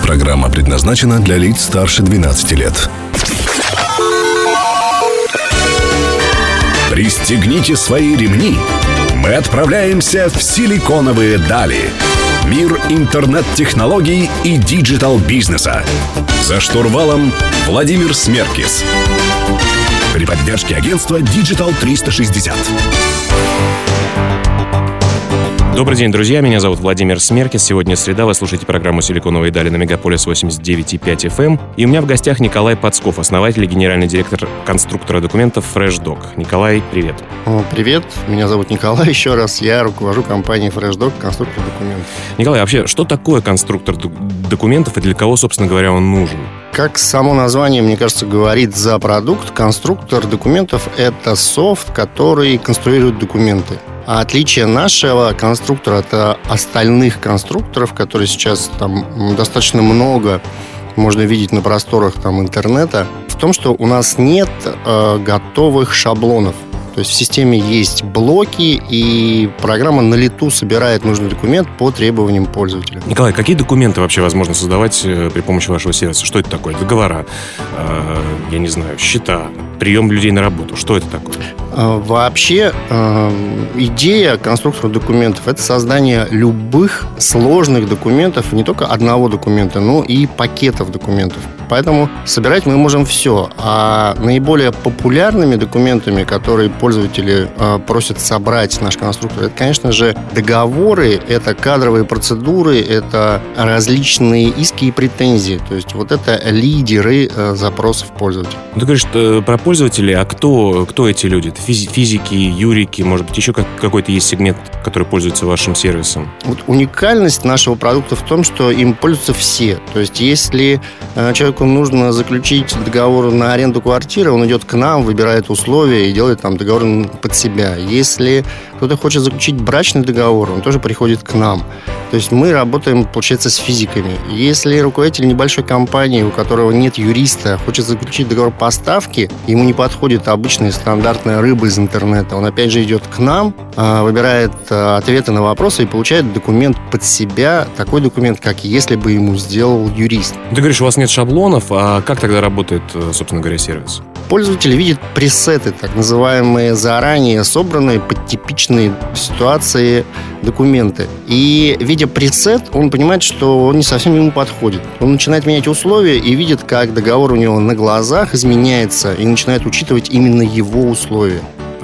Программа предназначена для лиц старше 12 лет. Пристегните свои ремни. Мы отправляемся в силиконовые дали. Мир интернет-технологий и диджитал-бизнеса. За штурвалом Владимир Смеркис. При поддержке агентства Digital 360. Добрый день, друзья. Меня зовут Владимир Смеркис. Сегодня среда. Вы слушаете программу «Силиконовые дали» на Мегаполис 89,5 FM. И у меня в гостях Николай Подсков, основатель и генеральный директор конструктора документов FreshDoc. Николай, привет. Привет. Меня зовут Николай. Еще раз, я руковожу компанией FreshDoc, конструктор документов. Николай, вообще, что такое конструктор документов и для кого, собственно говоря, он нужен? Как само название, мне кажется, говорит за продукт, конструктор документов – это софт, который конструирует документы. А отличие нашего конструктора от остальных конструкторов, которые сейчас там достаточно много можно видеть на просторах интернета, в том, что у нас нет готовых шаблонов. То есть в системе есть блоки, и программа на лету собирает нужный документ по требованиям пользователя. Николай, какие документы вообще возможно создавать при помощи вашего сервиса? Что это такое? Договора, я не знаю, счета, прием людей на работу. Что это такое? Вообще, идея конструктора документов – это создание любых сложных документов, не только одного документа, но и пакетов документов. Поэтому собирать мы можем все. А наиболее популярными документами, которые пользователи просят собрать наш конструктор, это, конечно же, договоры, это кадровые процедуры, это различные иски и претензии. То есть вот это лидеры запросов пользователей. Ты говоришь про пользователей, а кто эти люди? Это физики, юрики, может быть, еще какой-то есть сегмент, который пользуется вашим сервисом? Вот уникальность нашего продукта в том, что им пользуются все. То есть если человеку нужно заключить договор на аренду квартиры, он идет к нам, выбирает условия и делает там договор под себя. Если кто-то хочет заключить брачный договор, он тоже приходит к нам. То есть мы работаем, получается, с физиками. Если руководитель небольшой компании, у которого нет юриста, хочет заключить договор поставки, ему не подходит обычная стандартная рыба из интернета, он опять же идет к нам, выбирает ответы на вопросы и получает документ под себя, такой документ, как если бы ему сделал юрист. Ты говоришь, у вас нет шаблонов, а как тогда работает, собственно говоря, сервис? Пользователь видит пресеты, так называемые заранее собранные под типичные ситуации документы. И видя пресет, он понимает, что он не совсем ему подходит. Он начинает менять условия и видит, как договор у него на глазах изменяется и начинает учитывать именно его условия.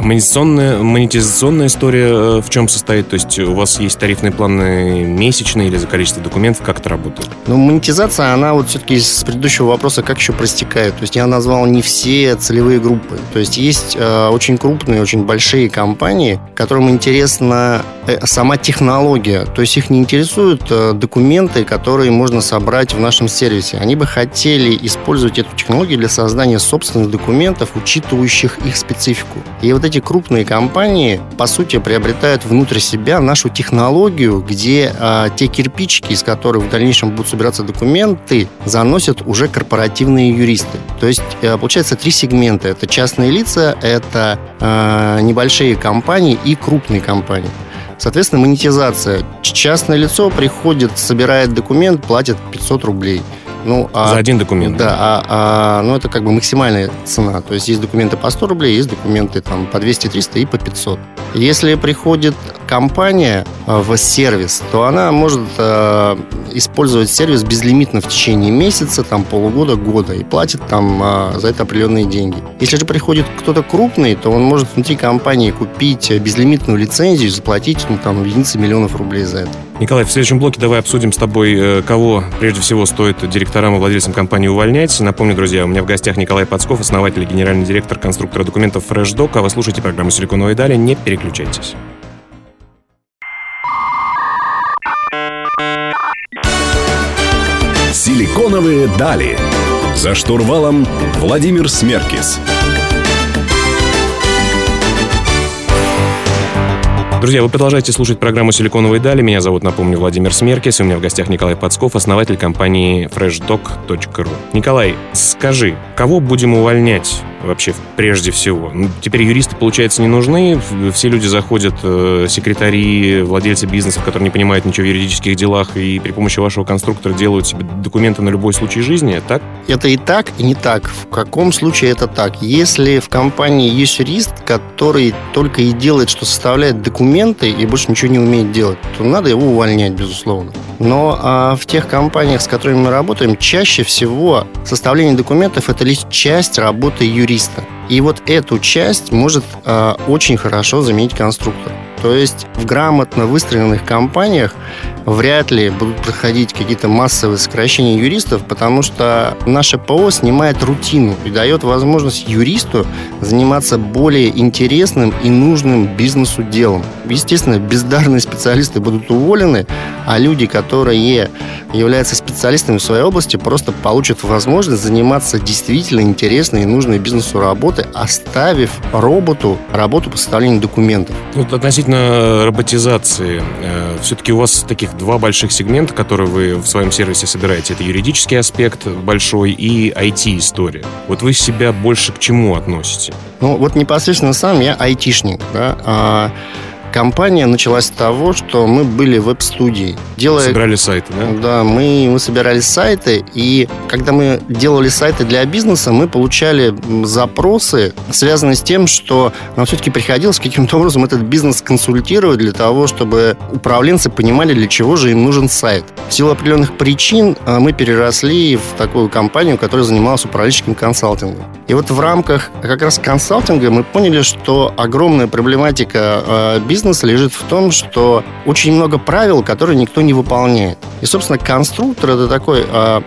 Монетизационная история в чем состоит? То есть у вас есть тарифные планы месячные или за количество документов? Как это работает? Монетизация, она вот все-таки с предыдущего вопроса как еще проистекает. То есть я назвал не все целевые группы. То есть есть очень крупные, очень большие компании, которым интересна сама технология. То есть их не интересуют документы, которые можно собрать в нашем сервисе. Они бы хотели использовать эту технологию для создания собственных документов, учитывающих их специфику. И вот эти крупные компании, по сути, приобретают внутрь себя нашу технологию, где те кирпичики, из которых в дальнейшем будут собираться документы, заносят уже корпоративные юристы. То есть, получается, 3 сегмента. Это частные лица, это небольшие компании и крупные компании. Соответственно, монетизация. Частное лицо приходит, собирает документ, платит 500 рублей. За один документ? Да, это как бы максимальная цена. То есть есть документы по 100 рублей, есть документы по 200, 300 и по 500. Если приходит компания в сервис, то она может использовать сервис безлимитно в течение месяца, полугода, года и платит за это определенные деньги. Если же приходит кто-то крупный, то он может внутри компании купить безлимитную лицензию и заплатить единицы миллионов рублей за это. Николай, в следующем блоке давай обсудим с тобой, кого прежде всего стоит директорам и владельцам компании увольнять. Напомню, друзья, у меня в гостях Николай Подсков, основатель и генеральный директор конструктора документов FreshDoc. А вы слушаете программу «Силиконовые дали». Не переключайтесь. «Силиконовые дали». За штурвалом Владимир Смеркис. Друзья, вы продолжаете слушать программу «Силиконовые дали». Меня зовут, напомню, Владимир Смеркис. У меня в гостях Николай Подсков, основатель компании freshdoc.ru. Николай, скажи, кого будем увольнять вообще прежде всего. Теперь юристы, получается, не нужны. Все люди заходят, секретари, владельцы бизнесов, которые не понимают ничего в юридических делах, и при помощи вашего конструктора делают себе документы на любой случай жизни, так? Это и так, и не так. В каком случае это так? Если в компании есть юрист, который только и делает, что составляет документы и больше ничего не умеет делать, то надо его увольнять, безусловно. Но в тех компаниях, с которыми мы работаем, чаще всего составление документов – это лишь часть работы юриста. И вот эту часть может очень хорошо заменить конструктор. То есть в грамотно выстроенных компаниях вряд ли будут проходить какие-то массовые сокращения юристов, потому что наше ПО снимает рутину и дает возможность юристу заниматься более интересным и нужным бизнесу делом. Естественно, бездарные специалисты будут уволены, а люди, которые являются специалистами в своей области, просто получат возможность заниматься действительно интересной и нужной бизнесу работы, оставив роботу работу по составлению документов. Вот относительно роботизации, все-таки у вас таких два больших сегмента, которые вы в своем сервисе собираете. Это юридический аспект большой и IT-история. Вот вы себя больше к чему относите? Ну, вот непосредственно сам я айтишник, да, компания началась с того, что мы были веб-студией. Собирали сайты, да? Да, мы собирали сайты, и когда мы делали сайты для бизнеса, мы получали запросы, связанные с тем, что нам все-таки приходилось каким-то образом этот бизнес консультировать для того, чтобы управленцы понимали, для чего же им нужен сайт. В силу определенных причин мы переросли в такую компанию, которая занималась управленческим консалтингом. И вот в рамках как раз консалтинга мы поняли, что огромная проблематика бизнеса лежит в том, что очень много правил, которые никто не выполняет. И, собственно, конструктор – это такой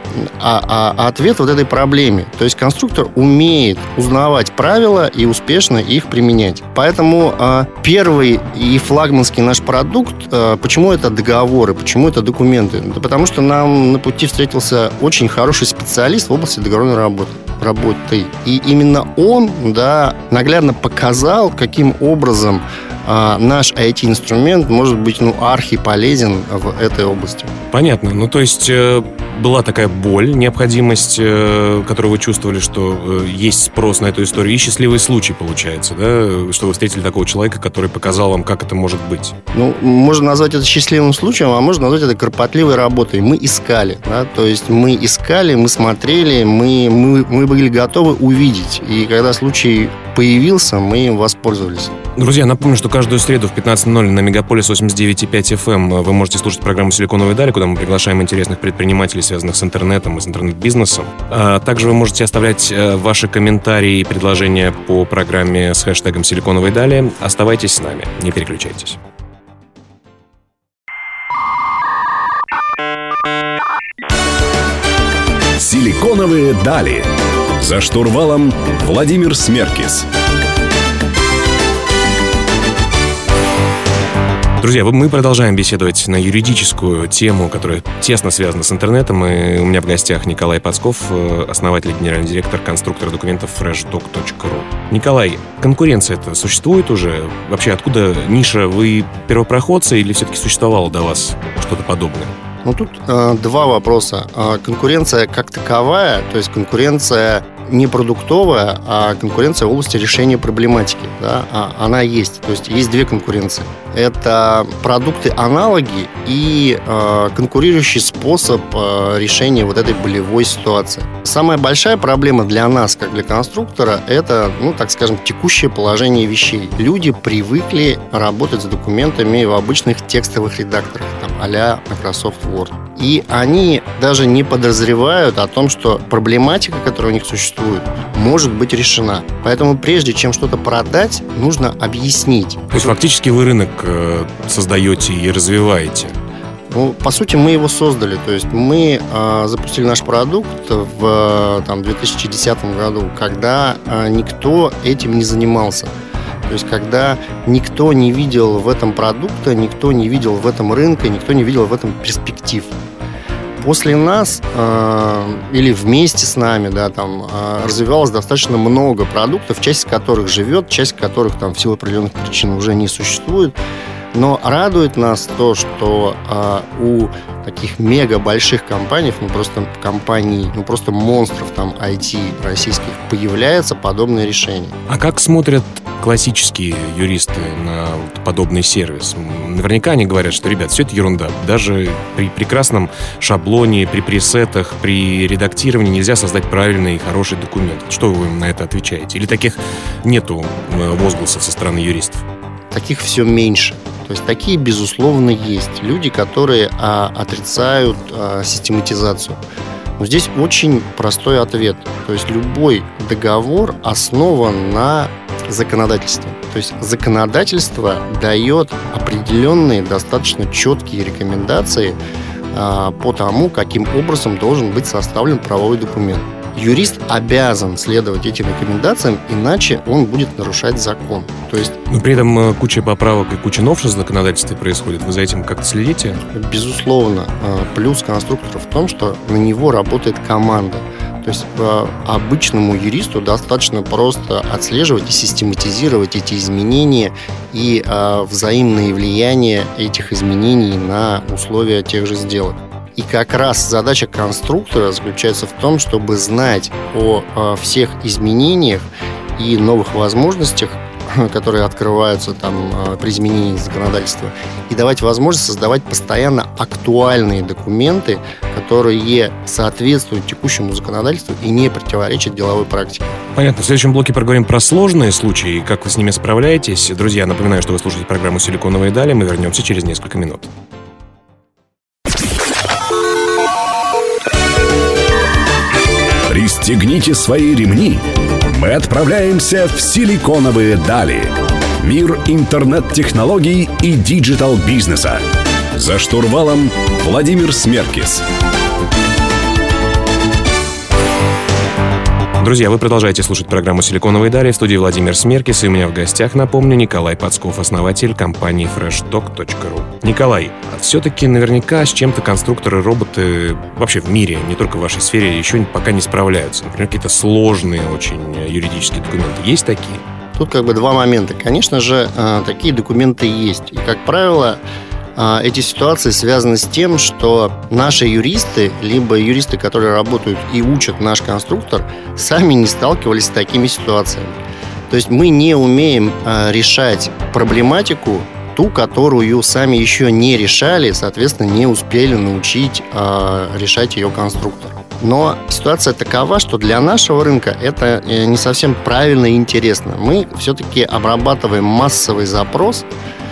ответ вот этой проблеме. То есть конструктор умеет узнавать правила и успешно их применять. Поэтому первый и флагманский наш продукт, почему это договоры, почему это документы? Да потому что нам на пути встретился очень хороший специалист в области договорной работы. И именно он, да, наглядно показал, каким образом наш IT-инструмент может быть, архиполезен в этой области. Понятно. Ну, то есть была такая боль, необходимость, которую вы чувствовали, что есть спрос на эту историю, и счастливый случай, получается, да, что вы встретили такого человека, который показал вам, как это может быть. Ну, можно назвать это счастливым случаем, а можно назвать это кропотливой работой. Мы искали, да, то есть мы искали, мы смотрели, мы были готовы увидеть. И когда случай появился, мы им воспользовались. Друзья, напомню, что каждую среду в 15:00 на Мегаполис 89.5 FM вы можете слушать программу «Силиконовые дали», куда мы приглашаем интересных предпринимателей, связанных с интернетом и с интернет-бизнесом. Также вы можете оставлять ваши комментарии и предложения по программе с хэштегом «Силиконовые дали». Оставайтесь с нами, не переключайтесь. «Силиконовые дали». За штурвалом Владимир Смеркис. Друзья, мы продолжаем беседовать на юридическую тему, которая тесно связана с интернетом. И у меня в гостях Николай Подсков, основатель и генеральный директор конструктора документов freshdoc.ru. Николай, конкуренция-то существует уже? Вообще, откуда ниша? Вы первопроходцы или все-таки существовало до вас что-то подобное? Ну, тут два вопроса. Конкуренция как таковая, то есть конкуренция не продуктовая, а конкуренция в области решения проблематики. Да? Она есть. То есть есть две конкуренции. Это продукты-аналоги и конкурирующий способ решения вот этой болевой ситуации. Самая большая проблема для нас, как для конструктора, это, так скажем, текущее положение вещей. Люди привыкли работать с документами в обычных текстовых редакторах, а-ля Microsoft Word. И они даже не подозревают о том, что проблематика, которая у них существует, может быть решена. Поэтому прежде чем что-то продать, нужно объяснить. То есть фактически вы рынок создаете и развиваете? Ну, по сути, мы его создали. То есть мы запустили наш продукт в 2010 году, когда никто этим не занимался. То есть когда никто не видел в этом продукта, никто не видел в этом рынка, никто не видел в этом перспектив. После нас или вместе с нами развивалось достаточно много продуктов, часть из которых живет, часть из которых в силу определенных причин уже не существует. Но радует нас то, что у таких мега больших компаний, просто монстров там IT российских, появляются подобные решения. А как смотрят классические юристы на подобный сервис? Наверняка они говорят, что, ребят, все это ерунда. Даже при прекрасном шаблоне, при пресетах, при редактировании нельзя создать правильный и хороший документ. Что вы им на это отвечаете? Или таких нету возгласов со стороны юристов? Таких все меньше. То есть такие, безусловно, есть. Люди, которые отрицают систематизацию. Но здесь очень простой ответ. То есть любой договор основан на законодательстве. То есть законодательство дает определенные, достаточно четкие рекомендации по тому, каким образом должен быть составлен правовой документ. Юрист обязан следовать этим рекомендациям, иначе он будет нарушать закон. То есть, но при этом куча поправок и куча новшеств в законодательстве происходит. Вы за этим как-то следите? Безусловно. Плюс конструктора в том, что на него работает команда. То есть обычному юристу достаточно просто отслеживать и систематизировать эти изменения и взаимное влияние этих изменений на условия тех же сделок. И как раз задача конструктора заключается в том, чтобы знать о всех изменениях и новых возможностях, которые открываются при изменении законодательства, и давать возможность создавать постоянно актуальные документы, которые соответствуют текущему законодательству и не противоречат деловой практике. Понятно. В следующем блоке поговорим про сложные случаи, как вы с ними справляетесь. Друзья, напоминаю, что вы слушаете программу «Силиконовые дали». Мы вернемся через несколько минут. Пристегните свои ремни. Мы отправляемся в Силиконовые дали. Мир интернет-технологий и диджитал-бизнеса. За штурвалом Владимир Смеркис. Друзья, вы продолжаете слушать программу «Силиконовые дали». В студии Владимир Смеркис, и у меня в гостях, напомню, Николай Подсков, основатель компании freshdoc.ru. Николай, все-таки наверняка с чем-то конструкторы, роботы вообще в мире, не только в вашей сфере, еще пока не справляются. Например, какие-то сложные очень юридические документы. Есть такие? Тут два момента. Конечно же, такие документы есть. И, как правило, эти ситуации связаны с тем, что наши юристы, либо юристы, которые работают и учат наш конструктор, сами не сталкивались с такими ситуациями. То есть мы не умеем решать проблематику, ту, которую сами еще не решали, соответственно, не успели научить решать ее конструктор. Но ситуация такова, что для нашего рынка это не совсем правильно и интересно. Мы все-таки обрабатываем массовый запрос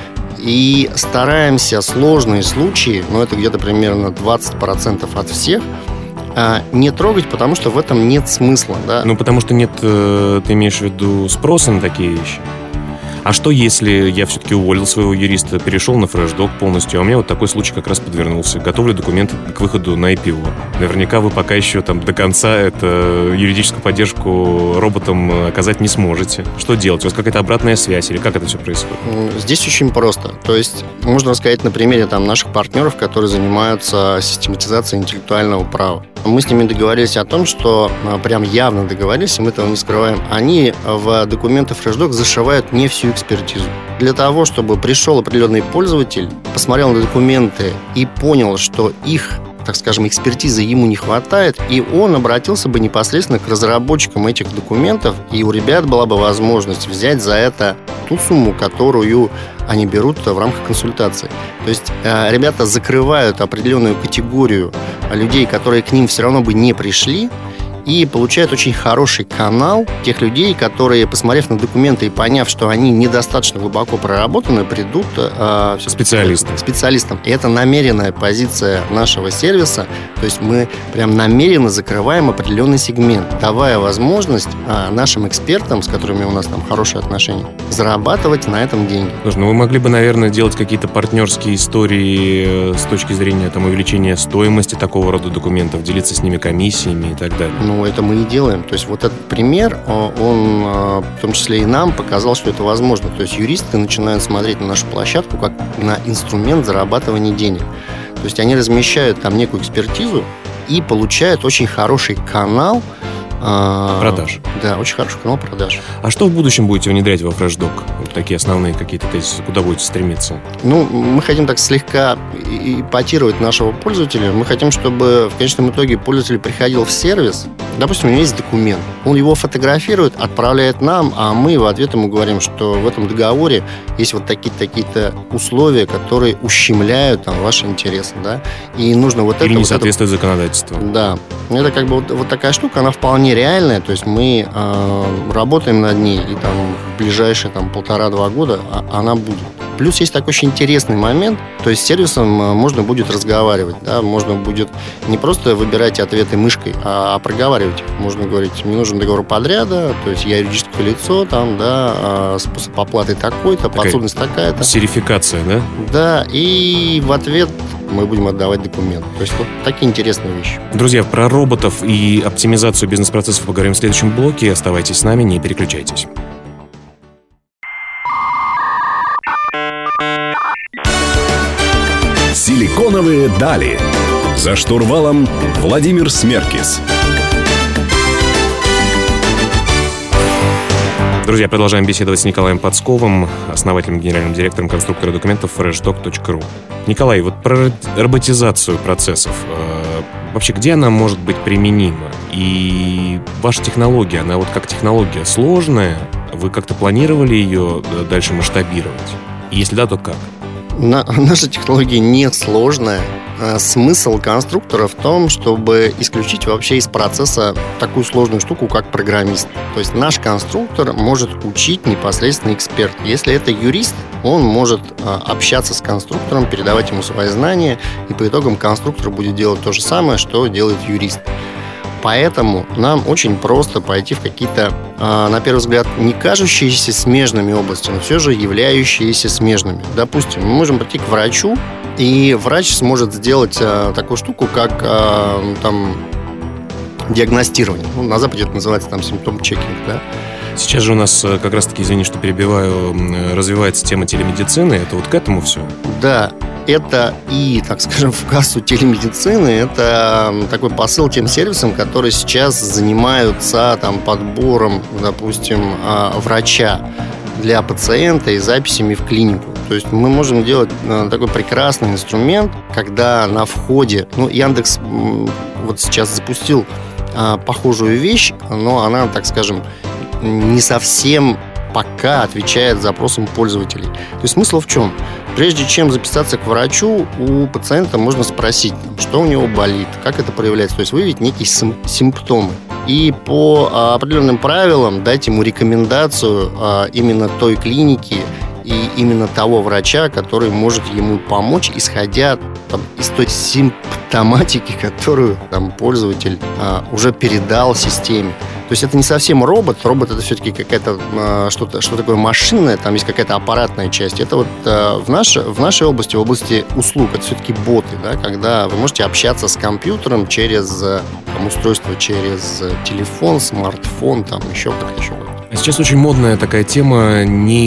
и стараемся сложные случаи, это где-то примерно 20% от всех, не трогать, потому что в этом нет смысла. Да? Потому что нет, ты имеешь в виду, спроса на такие вещи? А что, если я все-таки уволил своего юриста, перешел на FreshDoc полностью, а у меня такой случай как раз подвернулся. Готовлю документы к выходу на IPO. Наверняка вы пока еще до конца юридическую поддержку роботам оказать не сможете. Что делать? У вас какая-то обратная связь или как это все происходит? Здесь очень просто. То есть можно рассказать на примере наших партнеров, которые занимаются систематизацией интеллектуального права. Мы с ними договорились о том, что прям явно договорились, и мы этого не скрываем. Они в документы FreshDoc зашивают не всю экспертизу. Для того, чтобы пришел определенный пользователь, посмотрел на документы и понял, что их, так скажем, экспертизы ему не хватает, и он обратился бы непосредственно к разработчикам этих документов, и у ребят была бы возможность взять за это ту сумму, которую они берут в рамках консультации. То есть ребята закрывают определенную категорию людей, которые к ним все равно бы не пришли, и получают очень хороший канал тех людей, которые, посмотрев на документы и поняв, что они недостаточно глубоко проработаны, придут специалистам. И это намеренная позиция нашего сервиса. То есть мы прям намеренно закрываем определенный сегмент, давая возможность нашим экспертам, с которыми у нас хорошие отношения, зарабатывать на этом деньги. Слушай, вы могли бы, наверное, делать какие-то партнерские истории с точки зрения увеличения стоимости такого рода документов, делиться с ними комиссиями и так далее. Это мы и делаем. То есть этот пример, он в том числе и нам показал, что это возможно. То есть юристы начинают смотреть на нашу площадку как на инструмент зарабатывания денег. То есть они размещают там некую экспертизу и получают очень хороший канал продаж. Да, очень хороший канал продаж. А что в будущем будете внедрять во FreshDoc? такие основные какие-то тезисы? Куда будете стремиться? Мы хотим так слегка ипотировать нашего пользователя. Мы хотим, чтобы в конечном итоге пользователь приходил в сервис. Допустим, у него есть документ. Он его фотографирует, отправляет нам, а мы в ответ ему говорим, что в этом договоре есть вот такие-то условия, которые ущемляют ваши интересы, да, и нужно вот Или не соответствует законодательству. Да. Это как бы вот такая штука, она вполне реальная, то есть мы работаем над ней, и в ближайшие 1,5-2 года она будет. Плюс есть такой очень интересный момент, то есть с сервисом можно будет разговаривать, да, можно будет не просто выбирать ответы мышкой, а проговаривать. Можно говорить, мне нужен договор подряда, то есть я юридическое лицо, способ оплаты такой-то, подсудность такая-то. Серификация, да? Да, и в ответ мы будем отдавать документ. То есть вот такие интересные вещи. Друзья, про роботов и оптимизацию бизнес-процессов поговорим в следующем блоке. Оставайтесь с нами, не переключайтесь. Силиконовые дали. За штурвалом Владимир Смеркис. Друзья, продолжаем беседовать с Николаем Подсковым, основателем, генеральным директором конструктора документов freshdoc.ru. Николай, вот про роботизацию процессов. Вообще, где она может быть применима? И ваша технология, она вот как технология сложная? Вы как-то планировали ее дальше масштабировать? И если да, то как? Наша технология не сложная. Смысл конструктора в том, чтобы исключить вообще из процесса такую сложную штуку, как программист. То есть наш конструктор может учить непосредственно эксперт. Если это юрист, он может общаться с конструктором, передавать ему свои знания, и по итогам конструктор будет делать то же самое, что делает юрист. Поэтому нам очень просто пойти в какие-то, на первый взгляд, не кажущиеся смежными области, но все же являющиеся смежными. Допустим, мы можем прийти к врачу, и врач сможет сделать такую штуку, как диагностирование. На Западе это называется симптом-чекинг, да? Сейчас же у нас как раз-таки, извини, что перебиваю, развивается тема телемедицины. Это вот к этому все? Да. Это и, так скажем, в кассу телемедицины, это такой посыл тем сервисам, которые сейчас занимаются подбором, допустим, врача для пациента и записями в клинику. То есть мы можем делать такой прекрасный инструмент, когда на входе, Яндекс вот сейчас запустил похожую вещь, но она, так скажем, не совсем пока отвечает запросам пользователей. То есть смысл в чем? Прежде чем записаться к врачу, у пациента можно спросить, что у него болит, как это проявляется, то есть выявить некие симптомы. И по определенным правилам дать ему рекомендацию именно той клиники и именно того врача, который может ему помочь, исходя из той симптоматики, которую пользователь уже передал системе. То есть это не совсем робот. Робот — это все-таки какая-то что такое машинное, там есть какая-то аппаратная часть. Это вот в нашей области, в области услуг, это все-таки боты, да, когда вы можете общаться с компьютером через устройство, через телефон, смартфон, еще как-то. Сейчас очень модная такая тема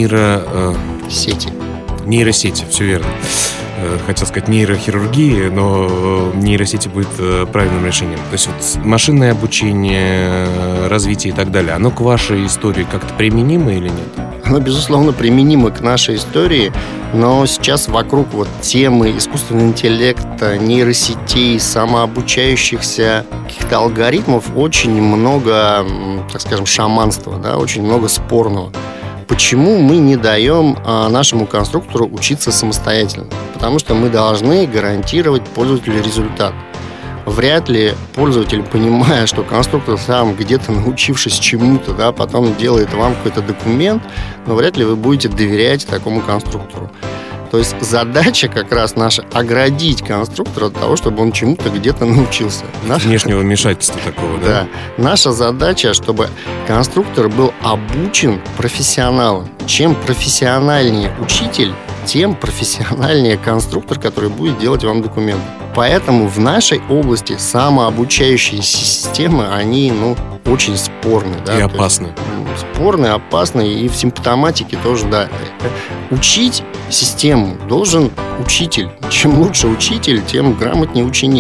сети. Нейросети, все верно. Хотел сказать нейрохирургии, но нейросети будет правильным решением. То есть вот машинное обучение, развитие и так далее, оно к вашей истории как-то применимо или нет? Оно, безусловно, применимо к нашей истории, но сейчас вокруг темы искусственного интеллекта, нейросетей, самообучающихся каких-то алгоритмов очень много, так скажем, шаманства, да, очень много спорного. Почему мы не даем нашему конструктору учиться самостоятельно? Потому что мы должны гарантировать пользователю результат. Вряд ли пользователь, понимая, что конструктор сам где-то научившись чему-то, да, потом делает вам какой-то документ, но вряд ли вы будете доверять такому конструктору. То есть задача как раз наша — оградить конструктора от того, чтобы он чему-то где-то научился. Внешнего вмешательства такого, да? Да. Наша задача, чтобы конструктор был обучен профессионалом. Чем профессиональнее учитель, тем профессиональнее конструктор, который будет делать вам документы. Поэтому в нашей области самообучающие системы, они, очень спорны. Да? И опасны. Спорны, опасны, и в симптоматике тоже, да. Учить систему должен учитель. Чем лучше учитель, тем грамотнее ученик.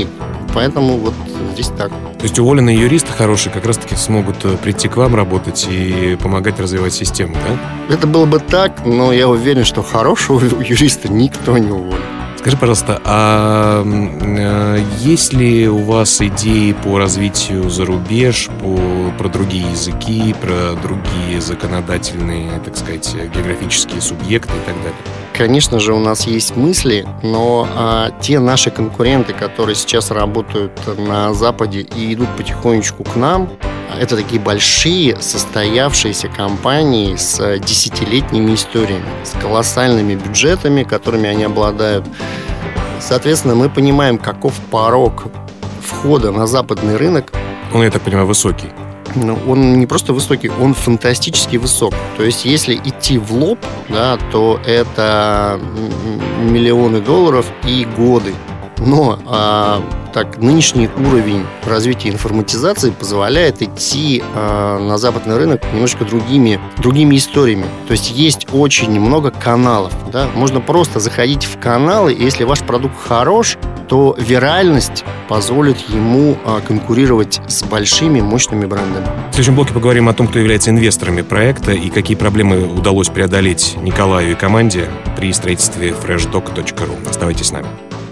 Поэтому вот здесь так. То есть уволенные юристы хорошие как раз-таки смогут прийти к вам работать и помогать развивать систему, да? Это было бы так, но я уверен, что хорошего юриста никто не уволит. Скажи, пожалуйста, а есть ли у вас идеи по развитию за рубеж, про другие языки, про другие законодательные, так сказать, географические субъекты и так далее? Конечно же, у нас есть мысли, но те наши конкуренты, которые сейчас работают на Западе и идут потихонечку к нам, это такие большие, состоявшиеся компании с десятилетними историями, с колоссальными бюджетами, которыми они обладают. Соответственно, мы понимаем, каков порог входа на западный рынок. Он, я так понимаю, высокий. Он не просто высокий, он фантастически высок. То есть, если идти в лоб, да, то это миллионы долларов и годы. Но нынешний уровень развития информатизации позволяет идти на западный рынок немножко другими историями. То есть есть очень много каналов. Да? Можно просто заходить в каналы, и если ваш продукт хорош, то виральность позволит ему конкурировать с большими, мощными брендами. В следующем блоке поговорим о том, кто является инвесторами проекта и какие проблемы удалось преодолеть Николаю и команде при строительстве freshdoc.ru. Оставайтесь с нами.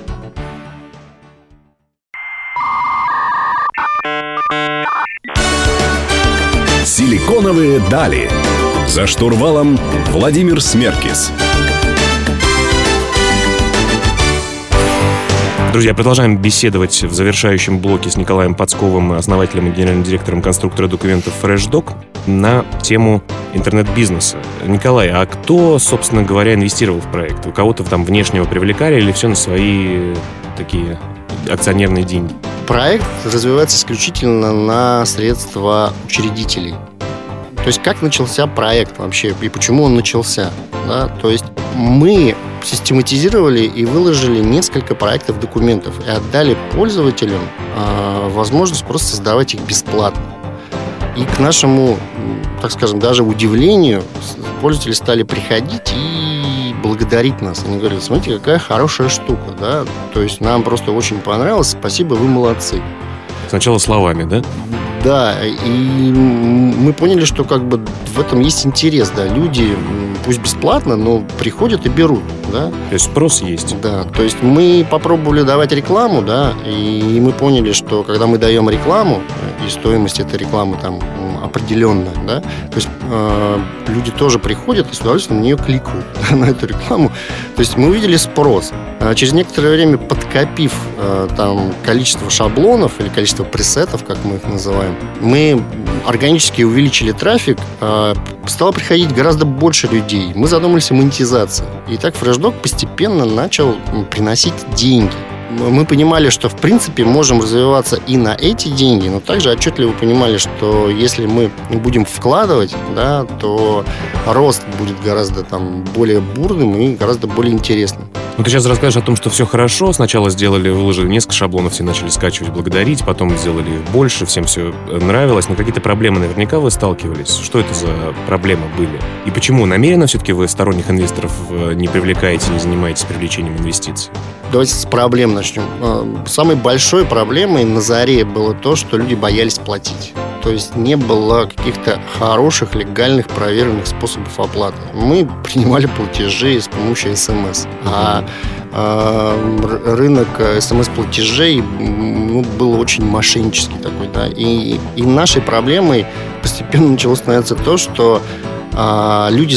Силиконовые дали. За штурвалом Владимир Смеркис. Друзья, продолжаем беседовать в завершающем блоке с Николаем Подсковым, основателем и генеральным директором конструктора документов FreshDoc, на тему интернет-бизнеса. Николай, а кто, собственно говоря, инвестировал в проект? Вы кого-то там внешнего привлекали или все на свои такие акционерные деньги? Проект развивается исключительно на средства учредителей. То есть как начался проект вообще и почему он начался? Да? То есть мы систематизировали и выложили несколько проектов документов и отдали пользователям возможность просто создавать их бесплатно. И к нашему, так скажем, даже удивлению, пользователи стали приходить и благодарить нас. Они говорят: смотрите, какая хорошая штука, да? То есть нам просто очень понравилось, спасибо, вы молодцы. Сначала словами, да? Да, и мы поняли, что как бы в этом есть интерес, да, люди, пусть бесплатно, но приходят и берут, да. То есть спрос есть. Да, то есть мы попробовали давать рекламу, да, и мы поняли, что когда мы даем рекламу, и стоимость этой рекламы там определенная, да, то есть люди тоже приходят и с удовольствием на нее кликают, на эту рекламу. То есть мы увидели спрос. Через некоторое время, подкопив там количество шаблонов или количество пресетов, как мы их называем, мы органически увеличили трафик, стало приходить гораздо больше людей. Мы задумались о монетизации. И так FreshDoc постепенно начал приносить деньги. Мы понимали, что в принципе можем развиваться и на эти деньги, но также отчетливо понимали, что если мы будем вкладывать, да, то рост будет гораздо там более бурным и гораздо более интересным. Ну, ты сейчас расскажешь о том, что все хорошо. Сначала выложили несколько шаблонов, все начали скачивать, благодарить, потом сделали их больше, всем все нравилось. Но какие-то проблемы наверняка вы сталкивались. Что это за проблемы были? И почему намеренно все-таки вы сторонних инвесторов не привлекаете, не занимаетесь привлечением инвестиций? Давайте с проблем начнем. Самой большой проблемой на заре было то, что люди боялись платить. То есть не было каких-то хороших, легальных, проверенных способов оплаты. Мы принимали платежи с помощью СМС. А рынок СМС-платежей был очень мошеннический такой, да. И нашей проблемой постепенно начало становиться то, что люди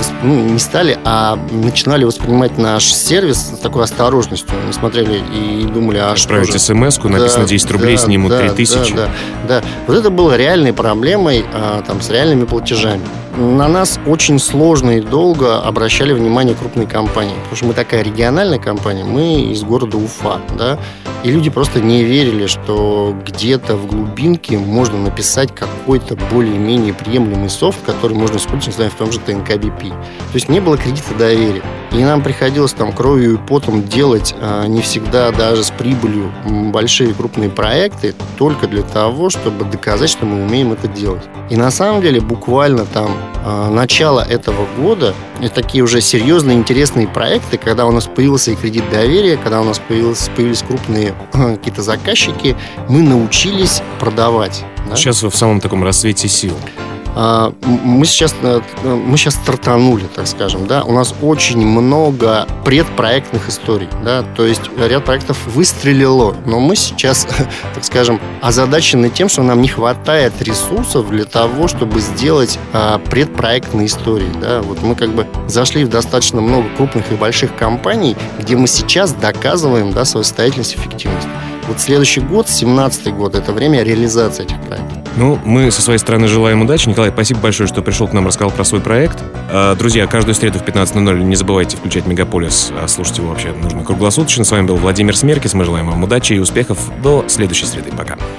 начинали воспринимать наш сервис с такой осторожностью. Они смотрели и думали, отправить смс-ку, написано 10 рублей, снимут 3000. Да. Вот это было реальной проблемой с реальными платежами. На нас очень сложно и долго обращали внимание крупные компании, потому что мы такая региональная компания, мы из города Уфа, да, и люди просто не верили, что где-то в глубинке можно написать какой-то более-менее приемлемый софт, который можно использовать, в том же ТНК-БП. То есть не было кредита доверия. И нам приходилось там кровью и потом делать не всегда даже с прибылью большие крупные проекты только для того, чтобы доказать, что мы умеем это делать. И на самом деле буквально там начало этого года это такие уже серьезные, интересные проекты, когда у нас появился и кредит доверия, когда у нас появились крупные какие-то заказчики, мы научились продавать. Да? Сейчас вы в самом таком расцвете сил. Мы сейчас стартанули, так скажем, да. У нас очень много предпроектных историй, да. То есть ряд проектов выстрелило, но мы сейчас, так скажем, озадачены тем, что нам не хватает ресурсов для того, чтобы сделать предпроектные истории, да. Вот мы как бы зашли в достаточно много крупных и больших компаний, где мы сейчас доказываем, да, свою состоятельность и эффективность. Вот следующий год, 2017 год, это время реализации этих проектов. Ну, мы со своей стороны желаем удачи. Николай, спасибо большое, что пришел к нам, рассказал про свой проект. Друзья, каждую среду в 15:00 не забывайте включать Мегаполис. Слушать его вообще нужно круглосуточно. С вами был Владимир Смеркис. Мы желаем вам удачи и успехов. До следующей среды. Пока.